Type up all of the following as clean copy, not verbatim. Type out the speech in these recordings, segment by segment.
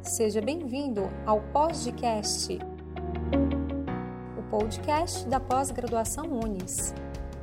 Seja bem-vindo ao Podcast, o podcast da pós-graduação UNES.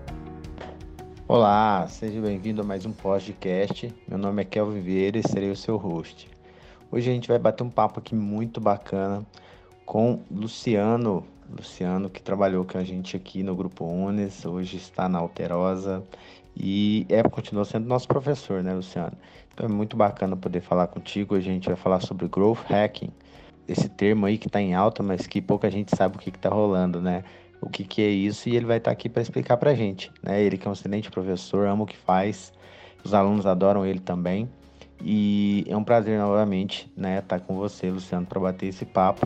Olá, seja bem-vindo a mais um podcast. Meu nome é Kelvin Vieira e serei o seu host. Hoje a gente vai bater um papo aqui muito bacana com Luciano que trabalhou com a gente aqui no Grupo UNES, hoje está na Alterosa e continua sendo nosso professor, né, Luciano? Então é muito bacana poder falar contigo. Hoje a gente vai falar sobre Growth Hacking, esse termo aí que está em alta, mas que pouca gente sabe o que está rolando, né? O que é isso, e ele vai estar aqui para explicar para a gente, né? Ele que é um excelente professor, ama o que faz, os alunos adoram ele também, e é um prazer novamente, né, estar com você, Luciano, para bater esse papo.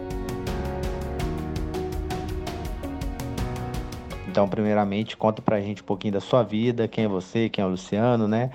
Então, primeiramente, conta pra gente um pouquinho da sua vida, quem é você, quem é o Luciano, né?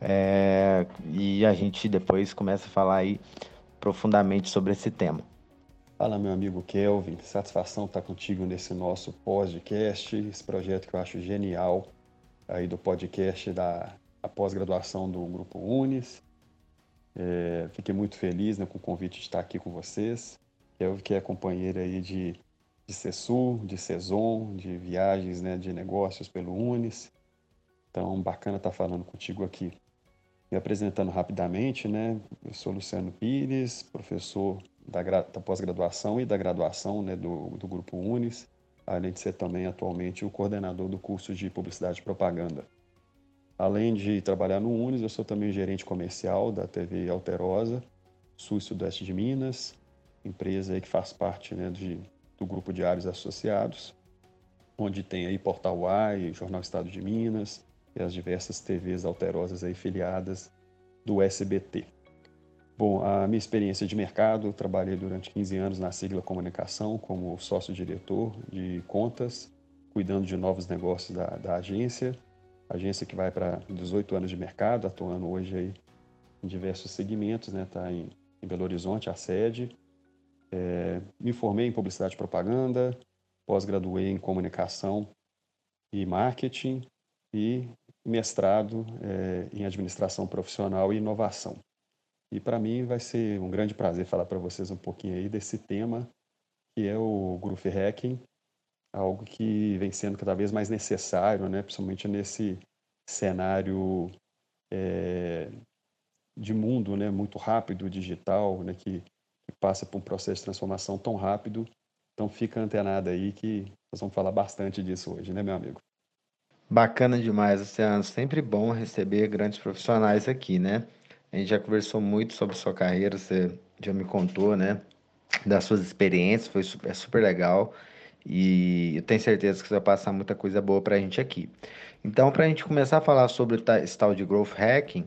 E a gente depois começa a falar aí profundamente sobre esse tema. Fala, meu amigo Kelvin, satisfação estar contigo nesse nosso podcast, esse projeto que eu acho genial aí do podcast da pós-graduação do Grupo UNES. Fiquei muito feliz, né, com o convite de estar aqui com vocês. Kelvin, que é companheiro aí de CESUR, de CESOM, de viagens, né, de negócios pelo UNES. Então, bacana estar falando contigo aqui. Me apresentando rapidamente, né, eu sou Luciano Pires, professor da pós-graduação e da graduação, né, do Grupo UNES, além de ser também atualmente o coordenador do curso de Publicidade e Propaganda. Além de trabalhar no UNES, eu sou também gerente comercial da TV Alterosa, sul e sudeste de Minas, empresa aí que faz parte, né, do grupo Diários Associados, onde tem aí Portal UAI, Jornal Estado de Minas e as diversas TVs alterosas aí filiadas do SBT. Bom, a minha experiência de mercado, eu trabalhei durante 15 anos na Sigla Comunicação como sócio-diretor de contas, cuidando de novos negócios da agência que vai para 18 anos de mercado, atuando hoje aí em diversos segmentos, né? Está em Belo Horizonte, a sede. Me formei em Publicidade e Propaganda, pós-graduei em Comunicação e Marketing e mestrado em Administração Profissional e Inovação. E para mim vai ser um grande prazer falar para vocês um pouquinho aí desse tema que é o Growth Hacking, algo que vem sendo cada vez mais necessário, né? Principalmente nesse cenário de mundo, né? Muito rápido, digital, né? Que passa por um processo de transformação tão rápido. Então fica antenado aí que nós vamos falar bastante disso hoje, né, meu amigo? Bacana demais, Luciano. Sempre bom receber grandes profissionais aqui, né? A gente já conversou muito sobre sua carreira, você já me contou, né? Das suas experiências, é super legal. E eu tenho certeza que você vai passar muita coisa boa pra gente aqui. Então, pra gente começar a falar sobre esse tal de Growth Hacking,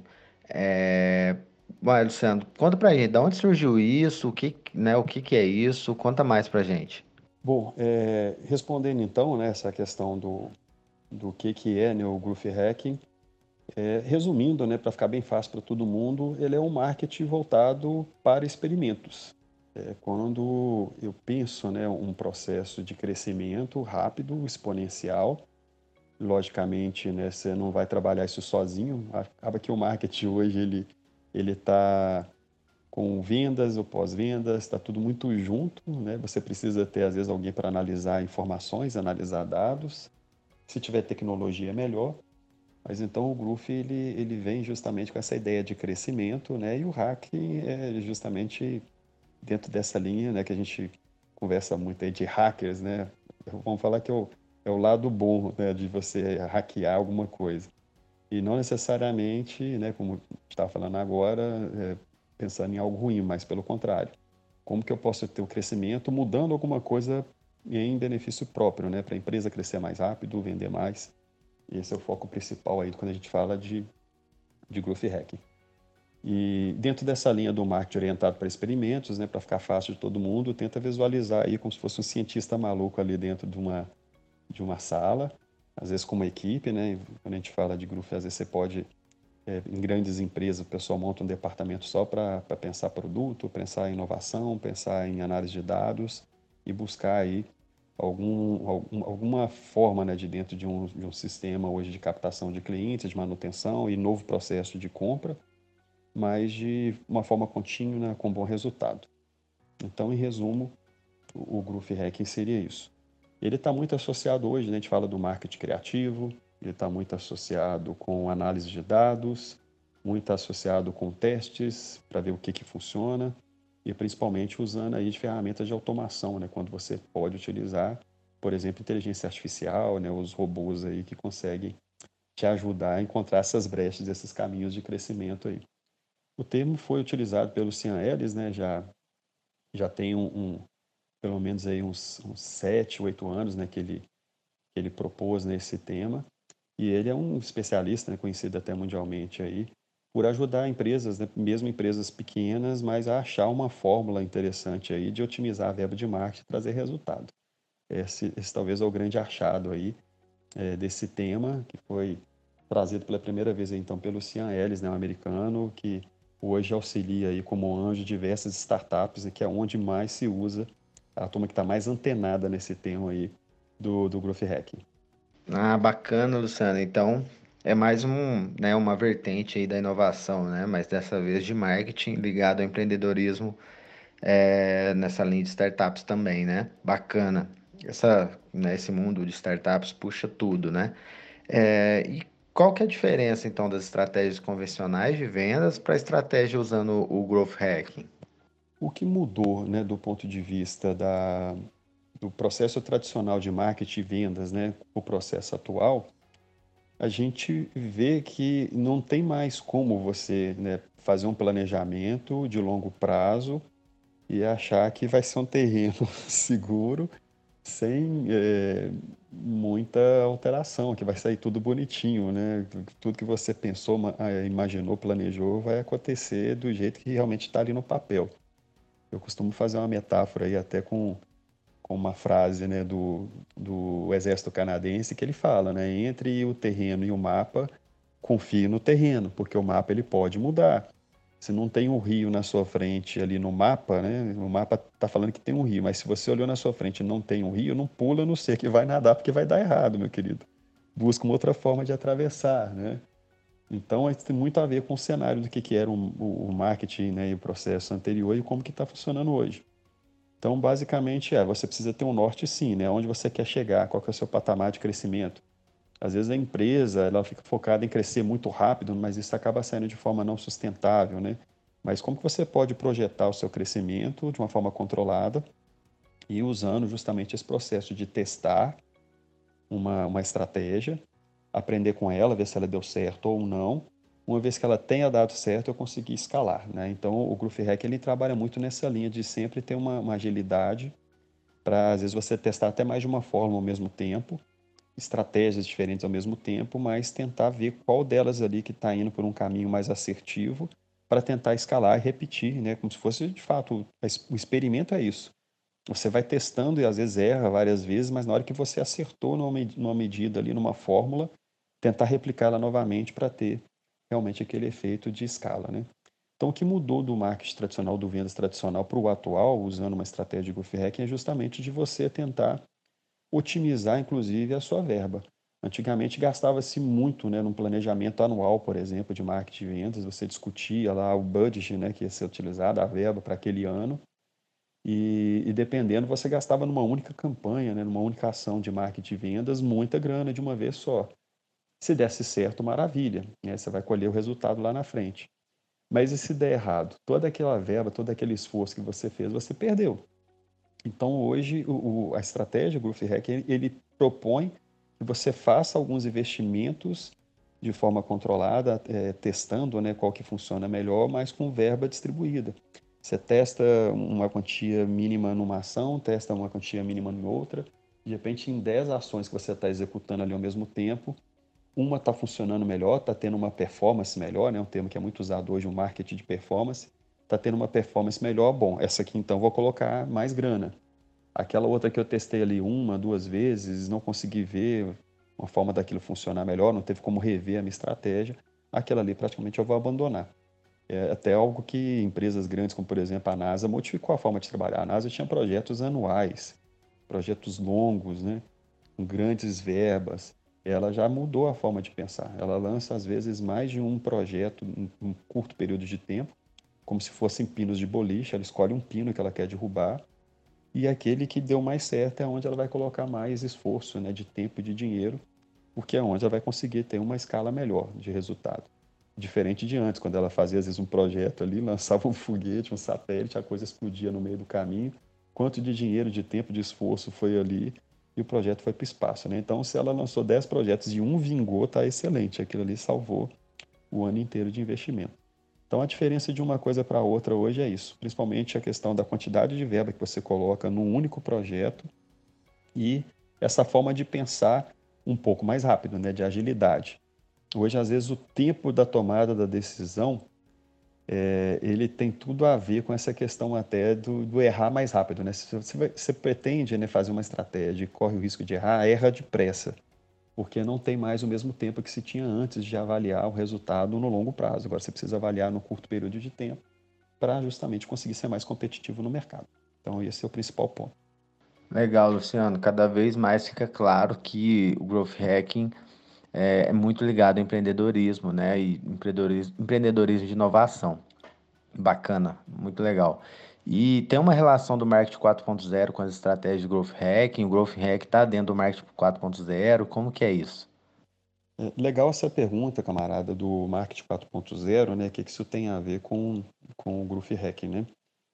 vai, Luciano, conta pra gente, de onde surgiu isso, o que que é isso? Conta mais pra gente. Bom, respondendo então, né, essa questão do que é, né, o Growth Hacking, resumindo, né, para ficar bem fácil para todo mundo, ele é um marketing voltado para experimentos. Quando eu penso, né, um processo de crescimento rápido, exponencial, logicamente, né, você não vai trabalhar isso sozinho. Acaba que o marketing hoje ele está com vendas ou pós-vendas, está tudo muito junto, né? Você precisa ter às vezes alguém para analisar informações, analisar dados. Se tiver tecnologia é melhor. Mas então o Growth ele vem justamente com essa ideia de crescimento, né? E o hacking é justamente dentro dessa linha, né? Que a gente conversa muito aí de hackers, né? Vamos falar que é o lado bom, né? De você hackear alguma coisa. E não necessariamente, né? Como estava falando agora, pensando em algo ruim, mas pelo contrário. Como que eu posso ter o crescimento mudando alguma coisa em benefício próprio, né? Para a empresa crescer mais rápido, vender mais. Esse é o foco principal aí quando a gente fala de Growth Hacking. E dentro dessa linha do marketing orientado para experimentos, né, para ficar fácil de todo mundo, tenta visualizar aí como se fosse um cientista maluco ali dentro de uma sala, às vezes com uma equipe, né? Quando a gente fala de Growth, às vezes você pode, em grandes empresas, o pessoal monta um departamento só para pensar produto, pensar em inovação, pensar em análise de dados e buscar aí alguma forma, né, de dentro de um sistema hoje de captação de clientes, de manutenção e novo processo de compra, mas de uma forma contínua, com bom resultado. Então, em resumo, o Growth Hacking seria isso. Ele está muito associado hoje, né, a gente fala do marketing criativo, ele está muito associado com análise de dados, muito associado com testes para ver o que funciona e principalmente usando aí de ferramentas de automação, né, quando você pode utilizar, por exemplo, inteligência artificial, né, os robôs aí que conseguem te ajudar a encontrar essas brechas, esses caminhos de crescimento aí. O termo foi utilizado pelo Sean Ellis, né, já tem pelo menos aí uns 7, 8 anos, né, que ele propôs nesse tema. E ele é um especialista, né, conhecido até mundialmente aí, por ajudar empresas, né, mesmo empresas pequenas, mas a achar uma fórmula interessante aí de otimizar a verba de marketing e trazer resultado. Esse talvez é o grande achado aí desse tema, que foi trazido pela primeira vez aí, então pelo Sean Ellis, né, um americano que hoje auxilia aí como anjo diversas startups, que é onde mais se usa, a turma que está mais antenada nesse tema aí do Growth Hacking. Ah, bacana, Luciano. Então, é mais né, uma vertente aí da inovação, né? Mas dessa vez de marketing ligado ao empreendedorismo, nessa linha de startups também, né? Bacana. Esse mundo de startups puxa tudo, né? E qual que é a diferença, então, das estratégias convencionais de vendas para a estratégia usando o Growth Hacking? O que mudou, né, do ponto de vista do processo tradicional de marketing e vendas, né, o processo atual, a gente vê que não tem mais como você, né, fazer um planejamento de longo prazo e achar que vai ser um terreno seguro, sem muita alteração, que vai sair tudo bonitinho, né? Tudo que você pensou, imaginou, planejou, vai acontecer do jeito que realmente está ali no papel. Eu costumo fazer uma metáfora aí até com uma frase, né, do exército canadense que ele fala, né, entre o terreno e o mapa, confie no terreno, porque o mapa ele pode mudar. Se não tem um rio na sua frente ali no mapa, né, o mapa está falando que tem um rio, mas se você olhou na sua frente e não tem um rio, não pula no ser que vai nadar, porque vai dar errado, meu querido. Busca uma outra forma de atravessar, né? Então, isso tem muito a ver com o cenário do que era o marketing, né, e o processo anterior e como que está funcionando hoje. Então, basicamente, você precisa ter um norte sim, né? Onde você quer chegar, qual que é o seu patamar de crescimento. Às vezes a empresa, ela fica focada em crescer muito rápido, mas isso acaba saindo de forma não sustentável, né? Mas como que você pode projetar o seu crescimento de uma forma controlada e usando justamente esse processo de testar uma estratégia, aprender com ela, ver se ela deu certo ou não. Uma vez que ela tenha dado certo, eu consegui escalar, né? Então, o Growth Hack, ele trabalha muito nessa linha de sempre ter uma agilidade para, às vezes, você testar até mais de uma forma ao mesmo tempo, estratégias diferentes ao mesmo tempo, mas tentar ver qual delas ali que está indo por um caminho mais assertivo para tentar escalar e repetir, né? Como se fosse, de fato, o experimento é isso. Você vai testando e às vezes erra várias vezes, mas na hora que você acertou numa medida ali, numa fórmula, tentar replicá-la novamente para ter realmente aquele efeito de escala, né? Então, o que mudou do marketing tradicional, do vendas tradicional para o atual, usando uma estratégia de growth hacking, é justamente de você tentar otimizar, inclusive, a sua verba. Antigamente gastava-se muito, né, num planejamento anual, por exemplo, de marketing e vendas, você discutia lá o budget, né, que ia ser utilizado, a verba para aquele ano, e dependendo, você gastava numa única campanha, né, numa única ação de marketing e vendas, muita grana de uma vez só. Se desse certo, maravilha, né, você vai colher o resultado lá na frente. Mas e se der errado? Toda aquela verba, todo aquele esforço que você fez, você perdeu. Então, hoje, a estratégia Growth Hack, ele propõe que você faça alguns investimentos de forma controlada, testando, né, qual que funciona melhor, mas com verba distribuída. Você testa uma quantia mínima numa ação, testa uma quantia mínima em outra, de repente, em 10 ações que você está executando ali ao mesmo tempo, uma está funcionando melhor, está tendo uma performance melhor, né, um termo que é muito usado hoje, o marketing de performance, está tendo uma performance melhor, bom, essa aqui então vou colocar mais grana. Aquela outra que eu testei ali uma, duas vezes, não consegui ver uma forma daquilo funcionar melhor, não teve como rever a minha estratégia, aquela ali praticamente eu vou abandonar. É até algo que empresas grandes, como por exemplo a NASA, modificou a forma de trabalhar. A NASA tinha projetos anuais, projetos longos, né, com grandes verbas. ela já mudou a forma de pensar. Ela lança, às vezes, mais de um projeto em um curto período de tempo, como se fossem pinos de boliche. Ela escolhe um pino que ela quer derrubar e aquele que deu mais certo é onde ela vai colocar mais esforço, né, de tempo e de dinheiro, porque é onde ela vai conseguir ter uma escala melhor de resultado. Diferente de antes, quando ela fazia às vezes um projeto ali, lançava um foguete, um satélite, a coisa explodia no meio do caminho. Quanto de dinheiro, de tempo, de esforço foi ali e o projeto foi para o espaço, né? Então, se ela lançou 10 projetos e um vingou, tá excelente. Aquilo ali salvou o ano inteiro de investimento. Então, a diferença de uma coisa para outra hoje é isso, principalmente a questão da quantidade de verba que você coloca num único projeto e essa forma de pensar um pouco mais rápido, né, de agilidade. Hoje, às vezes, o tempo da tomada da decisão, ele tem tudo a ver com essa questão até do errar mais rápido, né? Se você pretende, né, fazer uma estratégia e corre o risco de errar, erra depressa, porque não tem mais o mesmo tempo que se tinha antes de avaliar o resultado no longo prazo. Agora você precisa avaliar no curto período de tempo para justamente conseguir ser mais competitivo no mercado. Então, esse é o principal ponto. Legal, Luciano. Cada vez mais fica claro que o Growth Hacking é muito ligado ao empreendedorismo, né? E empreendedorismo de inovação. Bacana, muito legal. E tem uma relação do marketing 4.0 com as estratégias de Growth Hacking. O Growth Hack está dentro do marketing 4.0. Como que é isso? Legal essa pergunta, camarada, do Marketing 4.0, né? O que isso tem a ver com o Growth Hacking, né?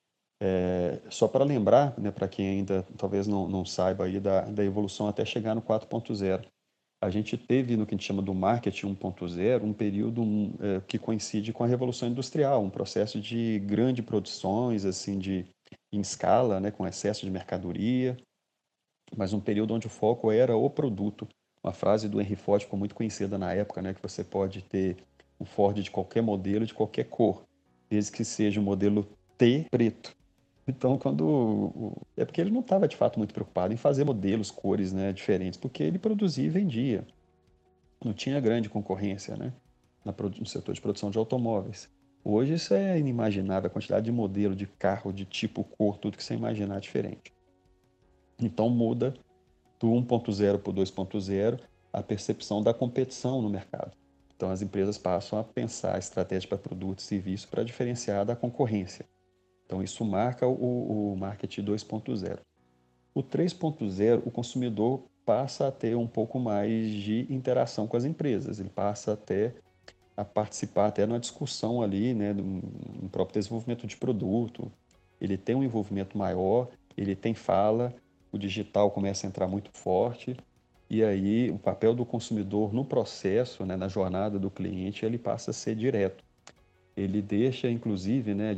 Só para lembrar, né, para quem ainda talvez não saiba aí da evolução até chegar no 4.0. A gente teve no que a gente chama do marketing 1.0 um período que coincide com a Revolução Industrial, um processo de grande produções, assim, em escala, né, com excesso de mercadoria, mas um período onde o foco era o produto. Uma frase do Henry Ford ficou muito conhecida na época, né, que você pode ter um Ford de qualquer modelo, de qualquer cor, desde que seja o modelo T preto. Então, é porque ele não estava de fato muito preocupado em fazer modelos, cores, né, diferentes, porque ele produzia e vendia. Não tinha grande concorrência, né, no setor de produção de automóveis. Hoje isso é inimaginável, a quantidade de modelo, de carro, de tipo, cor, tudo que você imaginar é diferente. Então muda do 1.0 para o 2.0 a percepção da competição no mercado. Então as empresas passam a pensar a estratégia para produto e serviço para diferenciar da concorrência. Então isso marca o marketing 2.0. O 3.0, o consumidor passa a ter um pouco mais de interação com as empresas, ele passa até a participar até numa discussão ali, né, no próprio desenvolvimento de produto, ele tem um envolvimento maior, ele tem fala, o digital começa a entrar muito forte, e aí o papel do consumidor no processo, né, na jornada do cliente, ele passa a ser direto. Ele deixa, inclusive, né,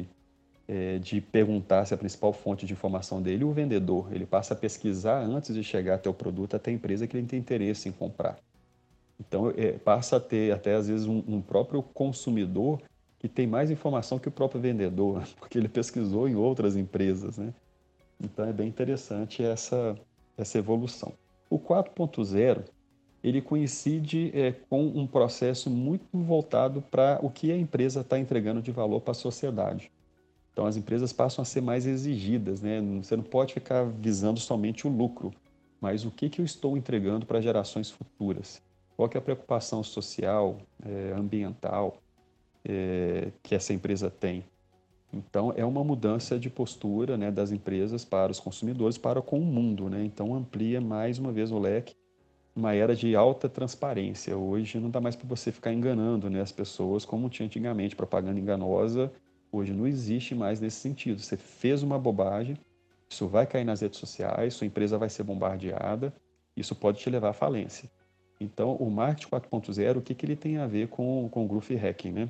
de perguntar se a principal fonte de informação dele é o vendedor. Ele passa a pesquisar antes de chegar até o produto, até a empresa que ele tem interesse em comprar. Então, passa a ter até às vezes um próprio consumidor que tem mais informação que o próprio vendedor, porque ele pesquisou em outras empresas, né? Então, é bem interessante essa evolução. O 4.0, ele coincide com um processo muito voltado para o que a empresa está entregando de valor para a sociedade. Então, as empresas passam a ser mais exigidas, né? Você não pode ficar visando somente o lucro, mas o que eu estou entregando para gerações futuras? Qual que é a preocupação social, ambiental, que essa empresa tem? Então, é uma mudança de postura, né, das empresas para os consumidores, para com o mundo, né? Então, amplia mais uma vez o leque, uma era de alta transparência. Hoje não dá mais para você ficar enganando, né, as pessoas como tinha antigamente, propaganda enganosa. Hoje não existe mais nesse sentido. Você fez uma bobagem, isso vai cair nas redes sociais, sua empresa vai ser bombardeada, isso pode te levar à falência. Então, o marketing 4.0, o que ele tem a ver com o Growth Hacking, né?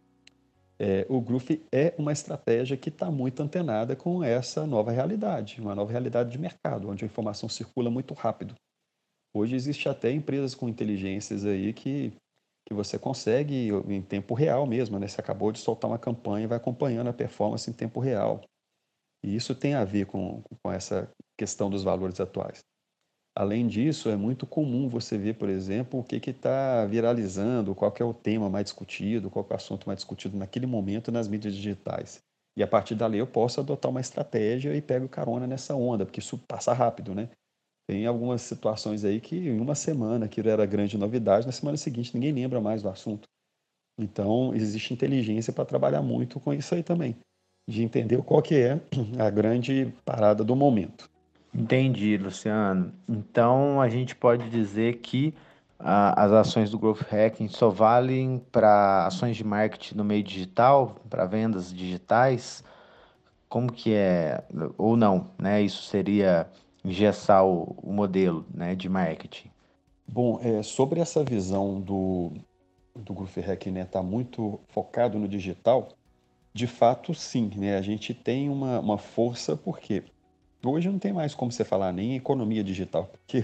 O Growth é uma estratégia que está muito antenada com essa nova realidade, uma nova realidade de mercado, onde a informação circula muito rápido. Hoje existe até empresas com inteligências aí que você consegue em tempo real mesmo, né? Você acabou de soltar uma campanha e vai acompanhando a performance em tempo real. E isso tem a ver com essa questão dos valores atuais. Além disso, é muito comum você ver, por exemplo, o que está viralizando, qual que é o tema mais discutido, qual que é o assunto mais discutido naquele momento nas mídias digitais. E a partir dali eu posso adotar uma estratégia e pego carona nessa onda, porque isso passa rápido, né? Tem algumas situações aí que em uma semana aquilo era grande novidade, na semana seguinte ninguém lembra mais do assunto. Então, existe inteligência para trabalhar muito com isso aí também, de entender qual que é a grande parada do momento. Entendi, Luciano. Então a gente pode dizer que as ações do Growth Hacking só valem para ações de marketing no meio digital, para vendas digitais. Como que é? Ou não, né? Isso seria engessar o modelo, né, de marketing. Bom, sobre essa visão do Growth Hacking, né, tá muito focado no digital, de fato sim, né, a gente tem uma força, porque hoje não tem mais como você falar nem em economia digital, porque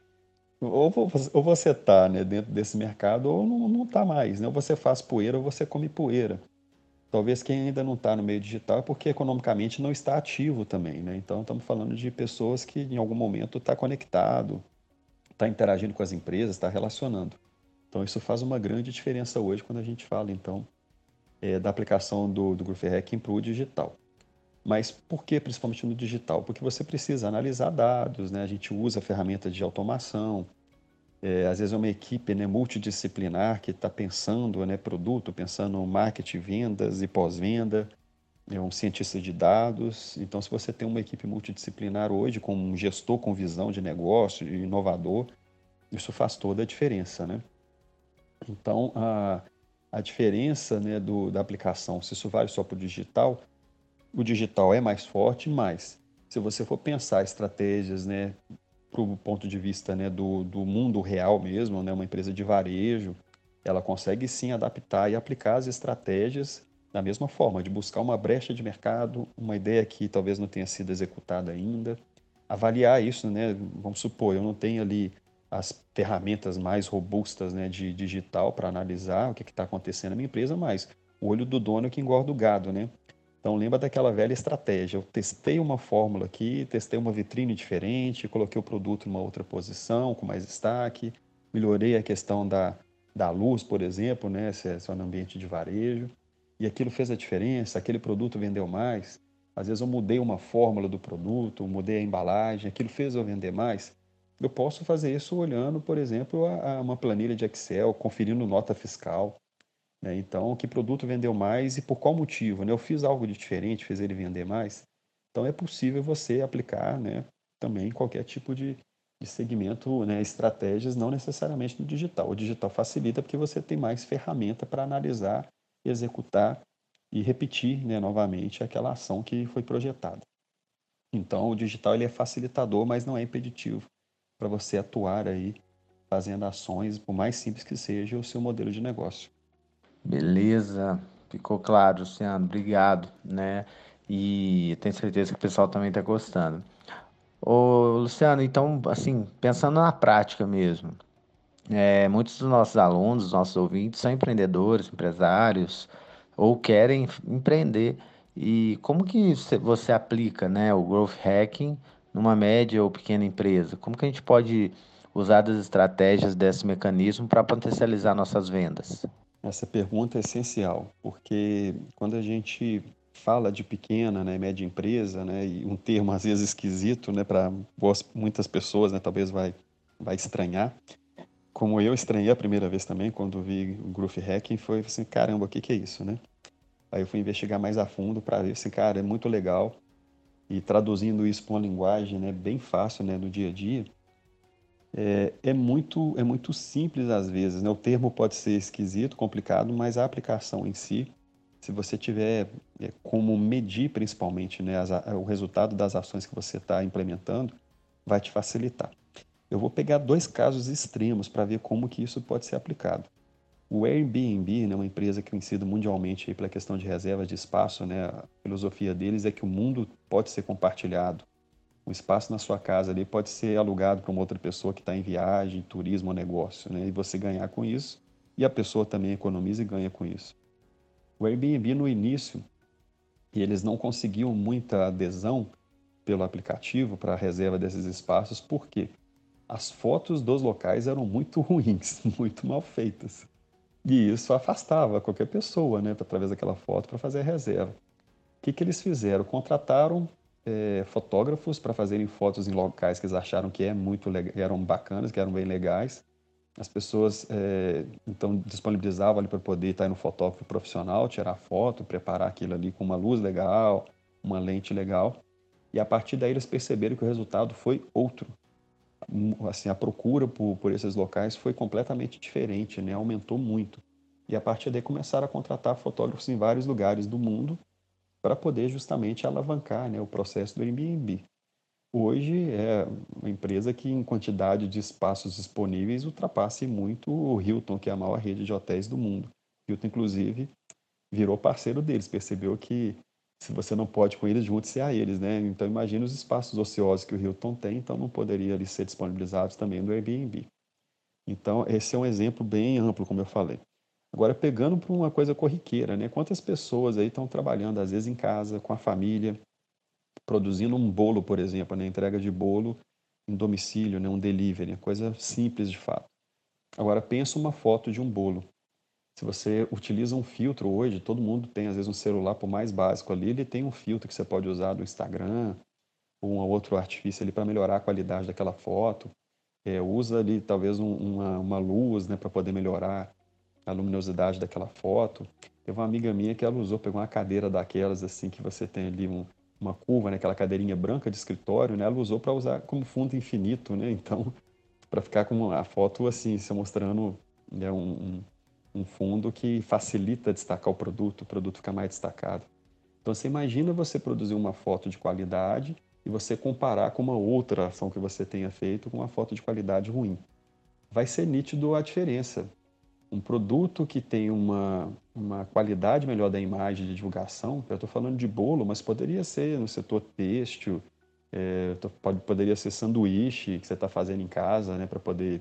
ou você está, né, dentro desse mercado ou não está mais, né? Ou você faz poeira ou você come poeira. Talvez quem ainda não está no meio digital é porque economicamente não está ativo também, né? Então estamos falando de pessoas que em algum momento está conectado, está interagindo com as empresas, está relacionando. Então isso faz uma grande diferença hoje quando a gente fala então da aplicação do Growth Hacking para o digital. Mas por que principalmente no digital? Porque você precisa analisar dados, né? A gente usa ferramentas de automação. Às vezes é uma equipe, né, multidisciplinar que está pensando, né, produto, pensando em marketing, vendas e pós-venda, é um cientista de dados. Então, se você tem uma equipe multidisciplinar hoje, com um gestor com visão de negócio, inovador, isso faz toda a diferença, né? Então, a diferença, né, da aplicação, se isso vale só para o digital é mais forte, mas se você for pensar estratégias, né, para o ponto de vista, né, do mundo real mesmo, né, uma empresa de varejo, ela consegue sim adaptar e aplicar as estratégias da mesma forma, de buscar uma brecha de mercado, uma ideia que talvez não tenha sido executada ainda, avaliar isso, né? Vamos supor, eu não tenho ali as ferramentas mais robustas, né, de digital para analisar o que está acontecendo na minha empresa, mas o olho do dono é que engorda o gado, né? Então lembra daquela velha estratégia. Eu testei uma fórmula aqui, testei uma vitrine diferente, coloquei o produto numa outra posição, com mais destaque, melhorei a questão da luz, por exemplo, né, se é só no ambiente de varejo, e aquilo fez a diferença, aquele produto vendeu mais. Às vezes eu mudei uma fórmula do produto, mudei a embalagem, aquilo fez eu vender mais. Eu posso fazer isso olhando, por exemplo, a uma planilha de Excel, conferindo nota fiscal, né? Então, que produto vendeu mais e por qual motivo, né? Eu fiz algo de diferente, fiz ele vender mais. Então, é possível você aplicar, né, também qualquer tipo de segmento, né, estratégias, não necessariamente no digital. O digital facilita porque você tem mais ferramenta para analisar, executar e repetir, né, novamente aquela ação que foi projetada. Então, o digital ele é facilitador, mas não é impeditivo para você atuar aí fazendo ações, por mais simples que seja o seu modelo de negócio. Beleza, ficou claro, Luciano. Obrigado, né? E tenho certeza que o pessoal também está gostando. Ô, Luciano, então, assim, pensando na prática mesmo, muitos dos nossos alunos, dos nossos ouvintes, são empreendedores, empresários, ou querem empreender. E como que você aplica, né, o Growth Hacking numa média ou pequena empresa? Como que a gente pode usar das estratégias desse mecanismo para potencializar nossas vendas? Essa pergunta é essencial, porque quando a gente fala de pequena, né, média empresa, né, e um termo às vezes esquisito, né, para muitas pessoas, né, talvez vai estranhar, como eu estranhei a primeira vez também, quando vi o Growth Hacking, foi assim, caramba, o que que é isso, né? Aí eu fui investigar mais a fundo para ver assim, cara, é muito legal, e traduzindo isso para uma linguagem, né, bem fácil, né, no dia a dia, é muito simples às vezes, né? O termo pode ser esquisito, complicado, mas a aplicação em si, se você tiver como medir principalmente, né, o resultado das ações que você está implementando, vai te facilitar. Eu vou pegar dois casos extremos para ver como que isso pode ser aplicado. O Airbnb, né, uma empresa conhecida mundialmente aí pela questão de reserva de espaço, né, a filosofia deles é que o mundo pode ser compartilhado. Um espaço na sua casa ali pode ser alugado para uma outra pessoa que está em viagem, turismo ou negócio, né? E você ganhar com isso, e a pessoa também economiza e ganha com isso. O Airbnb no início, eles não conseguiam muita adesão pelo aplicativo para a reserva desses espaços, porque as fotos dos locais eram muito ruins, muito mal feitas. E isso afastava qualquer pessoa, né, através daquela foto para fazer a reserva. O que que eles fizeram? Contrataram fotógrafos para fazerem fotos em locais que eles acharam que eram bacanas, que eram bem legais. As pessoas então disponibilizavam ali para poder estar no fotógrafo profissional, tirar foto, preparar aquilo ali com uma luz legal, uma lente legal. E a partir daí eles perceberam que o resultado foi outro. Assim, a procura por esses locais foi completamente diferente, né? Aumentou muito. E a partir daí começaram a contratar fotógrafos em vários lugares do mundo para poder justamente alavancar, né, o processo do Airbnb. Hoje é uma empresa que, em quantidade de espaços disponíveis, ultrapassa muito o Hilton, que é a maior rede de hotéis do mundo. O Hilton, inclusive, virou parceiro deles, percebeu que se você não pode com eles, junte-se a eles, né? Então, imagine os espaços ociosos que o Hilton tem, então não poderia ali ser disponibilizados também no Airbnb. Então, esse é um exemplo bem amplo, como eu falei. Agora, pegando para uma coisa corriqueira, né? Quantas pessoas aí estão trabalhando, às vezes, em casa, com a família, produzindo um bolo, por exemplo, né? Entrega de bolo em domicílio, né? Um delivery, coisa simples de fato. Agora, pensa uma foto de um bolo. Se você utiliza um filtro hoje, todo mundo tem, às vezes, um celular, por mais básico ali, ele tem um filtro que você pode usar do Instagram, ou um outro artifício ali para melhorar a qualidade daquela foto. Usa ali, talvez, uma luz, né? Para poder melhorar a luminosidade daquela foto. Teve uma amiga minha que ela pegou uma cadeira daquelas assim que você tem ali uma curva, né, aquela cadeirinha branca de escritório, né, ela usou para usar como fundo infinito, né, então para ficar com a foto assim, se mostrando, né, um fundo que facilita destacar o produto fica mais destacado. Então você imagina você produzir uma foto de qualidade e você comparar com uma outra ação que você tenha feito com uma foto de qualidade ruim. Vai ser nítido a diferença. Um produto que tem uma qualidade melhor da imagem de divulgação, eu estou falando de bolo, mas poderia ser no setor têxtil, poderia ser sanduíche que você está fazendo em casa, né, para poder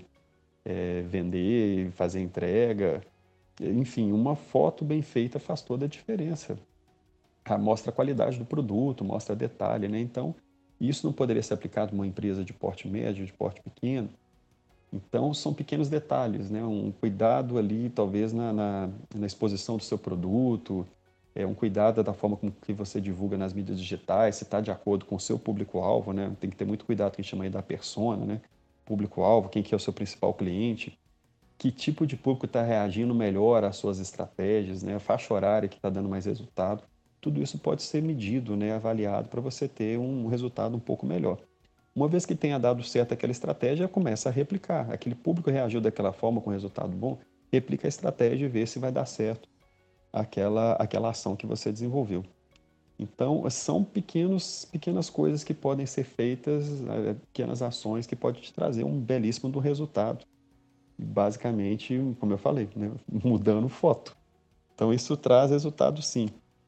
vender, fazer entrega. Enfim, uma foto bem feita faz toda a diferença. Mostra a qualidade do produto, mostra detalhe, né? Então, isso não poderia ser aplicado numa empresa de porte médio, de porte pequeno. Então, são pequenos detalhes, né? Um cuidado ali, talvez, na exposição do seu produto, um cuidado da forma como que você divulga nas mídias digitais, se está de acordo com o seu público-alvo, né? Tem que ter muito cuidado com o que a gente chama aí da persona, né? Público-alvo, quem que é o seu principal cliente, que tipo de público está reagindo melhor às suas estratégias, né? A faixa horária que está dando mais resultado. Tudo isso pode ser medido, né? Avaliado para você ter um resultado um pouco melhor. Uma vez que tenha dado certo aquela estratégia, começa a replicar. Aquele público reagiu daquela forma com resultado bom, replica a estratégia e vê se vai dar certo aquela ação que você desenvolveu. Então, são pequenas coisas que podem ser feitas, pequenas ações que podem te trazer um belíssimo resultado. Basicamente, como eu falei, né, mudando foto. Então, isso traz resultado sim.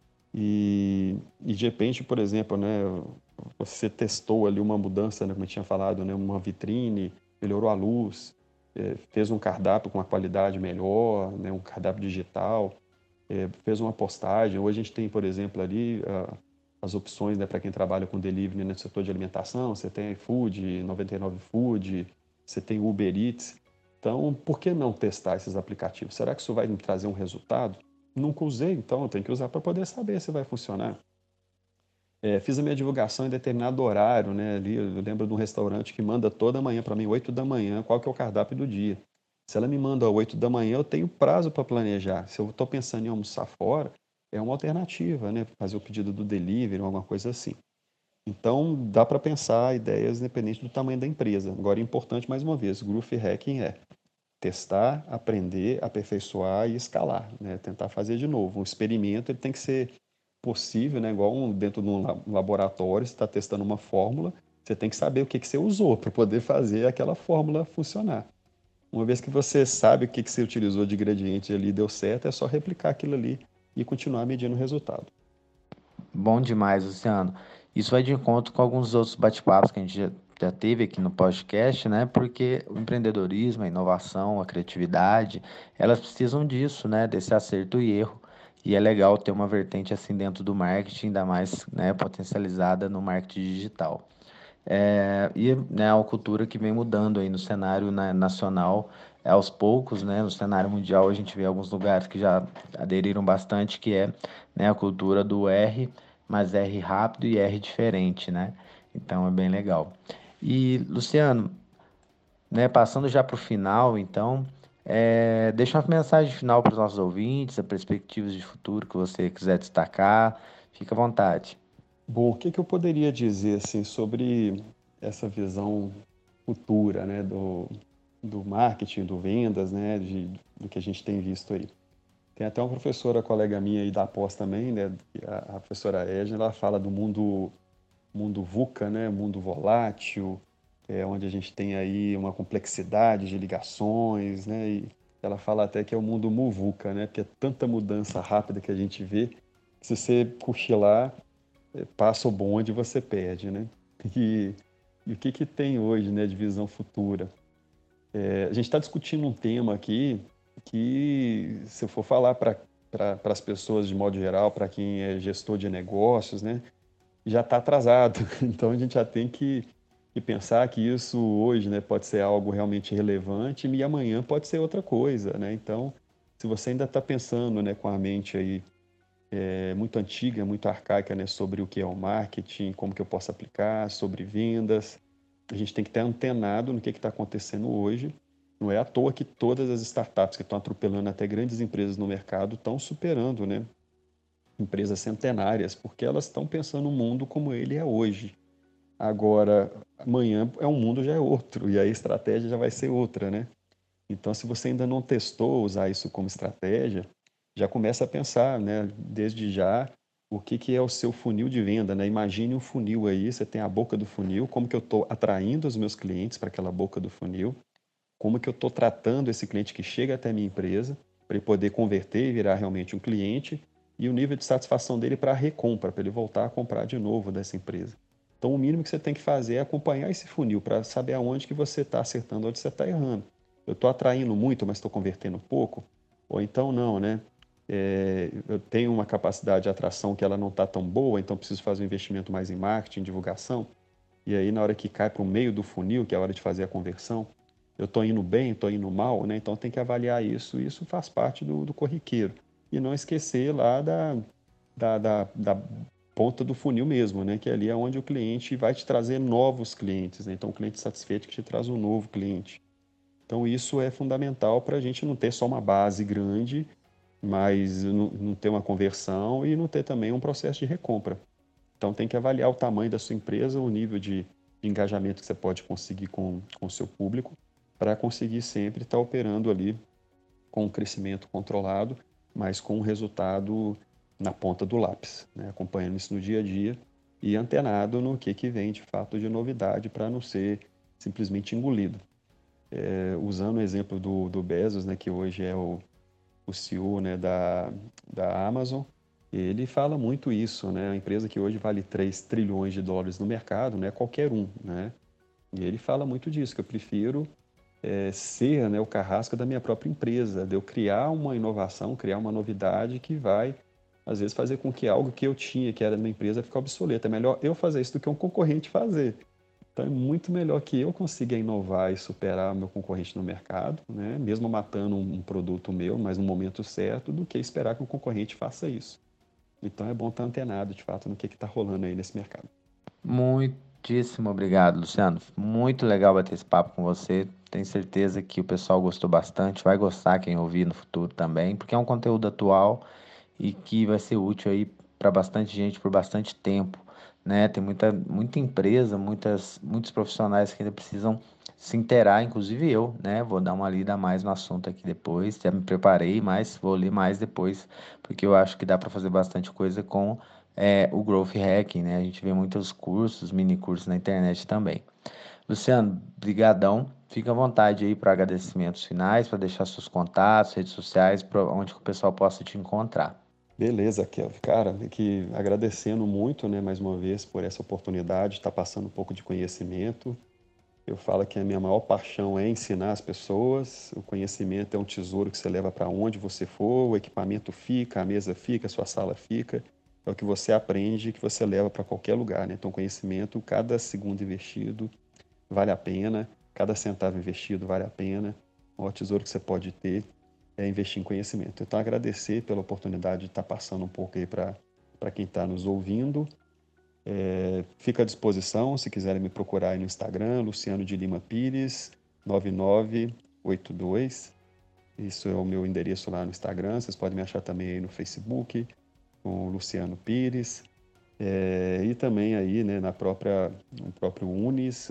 E de repente, por exemplo, né, você testou ali uma mudança, né, como eu tinha falado, né, uma vitrine, melhorou a luz, fez um cardápio com uma qualidade melhor, né, um cardápio digital, fez uma postagem. Hoje a gente tem, por exemplo, ali as opções, né, para quem trabalha com delivery no setor de alimentação, você tem iFood, 99 Food, você tem Uber Eats. Então, por que não testar esses aplicativos? Será que isso vai me trazer um resultado? Nunca usei, então eu tenho que usar para poder saber se vai funcionar. Fiz a minha divulgação em determinado horário, né? Ali, eu lembro de um restaurante que manda toda manhã para mim, 8 da manhã, qual que é o cardápio do dia. Se ela me manda 8 da manhã, eu tenho prazo para planejar. Se eu estou pensando em almoçar fora, é uma alternativa, né? Fazer o pedido do delivery ou alguma coisa assim. Então, dá para pensar ideias independente do tamanho da empresa. Agora, é importante, mais uma vez, Growth Hacking testar, aprender, aperfeiçoar e escalar, né? Tentar fazer de novo. Um experimento ele tem que ser possível, né? Igual dentro de um laboratório, você está testando uma fórmula, você tem que saber o que você usou para poder fazer aquela fórmula funcionar. Uma vez que você sabe o que você utilizou de ingrediente ali e deu certo, é só replicar aquilo ali e continuar medindo o resultado. Bom demais, Luciano. Isso vai de encontro com alguns outros bate-papos que a gente já teve aqui no podcast, né? Porque o empreendedorismo, a inovação, a criatividade, elas precisam disso, né? Desse acerto e erro. E é legal ter uma vertente assim dentro do marketing, ainda mais, né, potencializada no marketing digital. E, né, a cultura que vem mudando aí no cenário, né, nacional, aos poucos, né, no cenário mundial a gente vê alguns lugares que já aderiram bastante, que é, né, a cultura do R mas R rápido e R diferente, né? Então é bem legal. E, Luciano, né, passando já para o final, então, deixa uma mensagem final para os nossos ouvintes, as perspectivas de futuro que você quiser destacar, fica à vontade. Bom, o que que eu poderia dizer assim sobre essa visão futura, né, do marketing, do vendas, né, do que a gente tem visto aí? Tem até uma professora, colega minha aí da pós também, né, a professora Edna, ela fala do mundo VUCA, né, mundo volátil, onde a gente tem aí uma complexidade de ligações, né, e ela fala até que é o mundo MUVUCA, né, porque é tanta mudança rápida que a gente vê, que se você cochilar, passa o bonde e você perde, né? E, e o que que tem hoje, né, de visão futura? A gente está discutindo um tema aqui que, se eu for falar para as pessoas de modo geral, para quem é gestor de negócios, né, já está atrasado. Então a gente já tem que pensar que isso hoje, né, pode ser algo realmente relevante e amanhã pode ser outra coisa, né? Então, se você ainda está pensando, né, com a mente aí muito antiga, muito arcaica, né, sobre o que é o marketing, como que eu posso aplicar, sobre vendas. A gente tem que estar antenado no que está acontecendo hoje. Não é à toa que todas as startups que estão atropelando até grandes empresas no mercado estão superando, né, empresas centenárias, porque elas estão pensando no mundo como ele é hoje. Agora, amanhã um mundo já é outro, e aí a estratégia já vai ser outra, né? Então, se você ainda não testou usar isso como estratégia, já começa a pensar, né, desde já, o que que é o seu funil de venda, né? Imagine um funil aí, você tem a boca do funil, como que eu estou atraindo os meus clientes para aquela boca do funil, como que eu estou tratando esse cliente que chega até a minha empresa, para ele poder converter e virar realmente um cliente, e o nível de satisfação dele para a recompra, para ele voltar a comprar de novo dessa empresa. Então, o mínimo que você tem que fazer é acompanhar esse funil para saber aonde que você está acertando, onde você está errando. Eu estou atraindo muito, mas estou convertendo pouco? Ou então não, né? Eu tenho uma capacidade de atração que ela não está tão boa, então preciso fazer um investimento mais em marketing, em divulgação. E aí, na hora que cai para o meio do funil, que é a hora de fazer a conversão, eu estou indo bem, estou indo mal, né? Então tem que avaliar isso, e isso faz parte do corriqueiro. E não esquecer lá da ponta do funil mesmo, né? Que ali é onde o cliente vai te trazer novos clientes, né? Então, o cliente satisfeito que te traz um novo cliente. Então, isso é fundamental para a gente não ter só uma base grande, mas não ter uma conversão e não ter também um processo de recompra. Então, tem que avaliar o tamanho da sua empresa, o nível de engajamento que você pode conseguir com o seu público, para conseguir sempre estar operando ali com um crescimento controlado, mas com um resultado na ponta do lápis, né? Acompanhando isso no dia a dia e antenado no que vem de fato de novidade para não ser simplesmente engolido. Usando o exemplo do Bezos, né, que hoje é o CEO, né, da Amazon, ele fala muito isso, né? A empresa que hoje vale 3 trilhões de dólares no mercado, não é qualquer um, né? E ele fala muito disso, que eu prefiro ser, né, o carrasco da minha própria empresa, de eu criar uma inovação, criar uma novidade que vai, às vezes, fazer com que algo que eu tinha, que era da minha empresa, fique obsoleto. É melhor eu fazer isso do que um concorrente fazer. Então, é muito melhor que eu consiga inovar e superar o meu concorrente no mercado, né? Mesmo matando um produto meu, mas no momento certo, do que esperar que um concorrente faça isso. Então, é bom estar antenado, de fato, no que está rolando aí nesse mercado. Muitíssimo obrigado, Luciano. Muito legal bater esse papo com você. Tenho certeza que o pessoal gostou bastante, vai gostar quem ouvir no futuro também, porque é um conteúdo atual e que vai ser útil aí para bastante gente por bastante tempo, né? Tem muita empresa, muitos profissionais que ainda precisam se inteirar, inclusive eu, né? Vou dar uma lida a mais no assunto aqui depois. Já me preparei, mas vou ler mais depois, porque eu acho que dá para fazer bastante coisa com o Growth Hacking, né? A gente vê muitos cursos, mini cursos na internet também. Luciano, brigadão. Fica à vontade aí para agradecimentos finais, para deixar seus contatos, redes sociais, para onde que o pessoal possa te encontrar. Beleza, Kelvin. Cara, que agradecendo muito, né, mais uma vez, por essa oportunidade de estar passando um pouco de conhecimento. Eu falo que a minha maior paixão é ensinar as pessoas. O conhecimento é um tesouro que você leva para onde você for, o equipamento fica, a mesa fica, a sua sala fica. É o que você aprende que você leva para qualquer lugar, né? Então, conhecimento, cada segundo investido vale a pena, cada centavo investido vale a pena. O maior tesouro que você pode ter é investir em conhecimento. Então, agradecer pela oportunidade de estar passando um pouco aí para para quem está nos ouvindo. Fica à disposição, se quiserem me procurar aí no Instagram, Luciano de Lima Pires, 9982. Isso é o meu endereço lá no Instagram. Vocês podem me achar também aí no Facebook, com Luciano Pires. E também aí, né, no próprio Unis,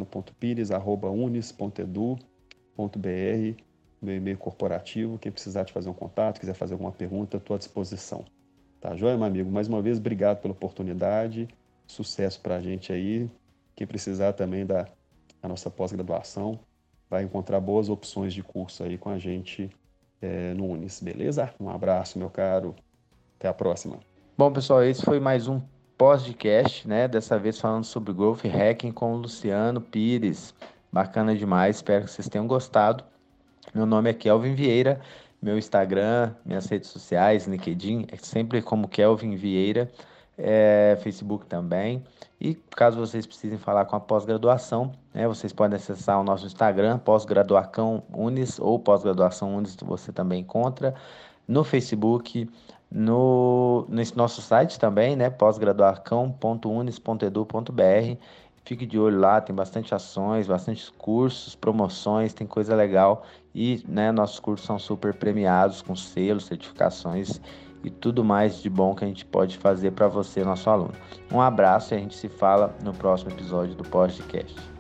luciano.pires@unis.edu.br, meu e-mail corporativo. Quem precisar de fazer um contato, quiser fazer alguma pergunta, estou à disposição. Tá joia, meu amigo? Mais uma vez, obrigado pela oportunidade. Sucesso para a gente aí. Quem precisar também da nossa pós-graduação, vai encontrar boas opções de curso aí com a gente no Unis, beleza? Um abraço, meu caro. Até a próxima. Bom, pessoal, esse foi mais um podcast, né? Dessa vez falando sobre Growth Hacking com o Luciano Pires. Bacana demais, espero que vocês tenham gostado. Meu nome é Kelvin Vieira, meu Instagram, minhas redes sociais, LinkedIn, é sempre como Kelvin Vieira, Facebook também. E caso vocês precisem falar com a pós-graduação, né, vocês podem acessar o nosso Instagram, pós-graduação Unis ou pós-graduação Unis, você também encontra. No Facebook, nesse nosso site também, né, pós-graduação.unis.edu.br. Fique de olho lá, tem bastante ações, bastante cursos, promoções, tem coisa legal. E, né, nossos cursos são super premiados, com selos, certificações e tudo mais de bom que a gente pode fazer para você, nosso aluno. Um abraço e a gente se fala no próximo episódio do podcast.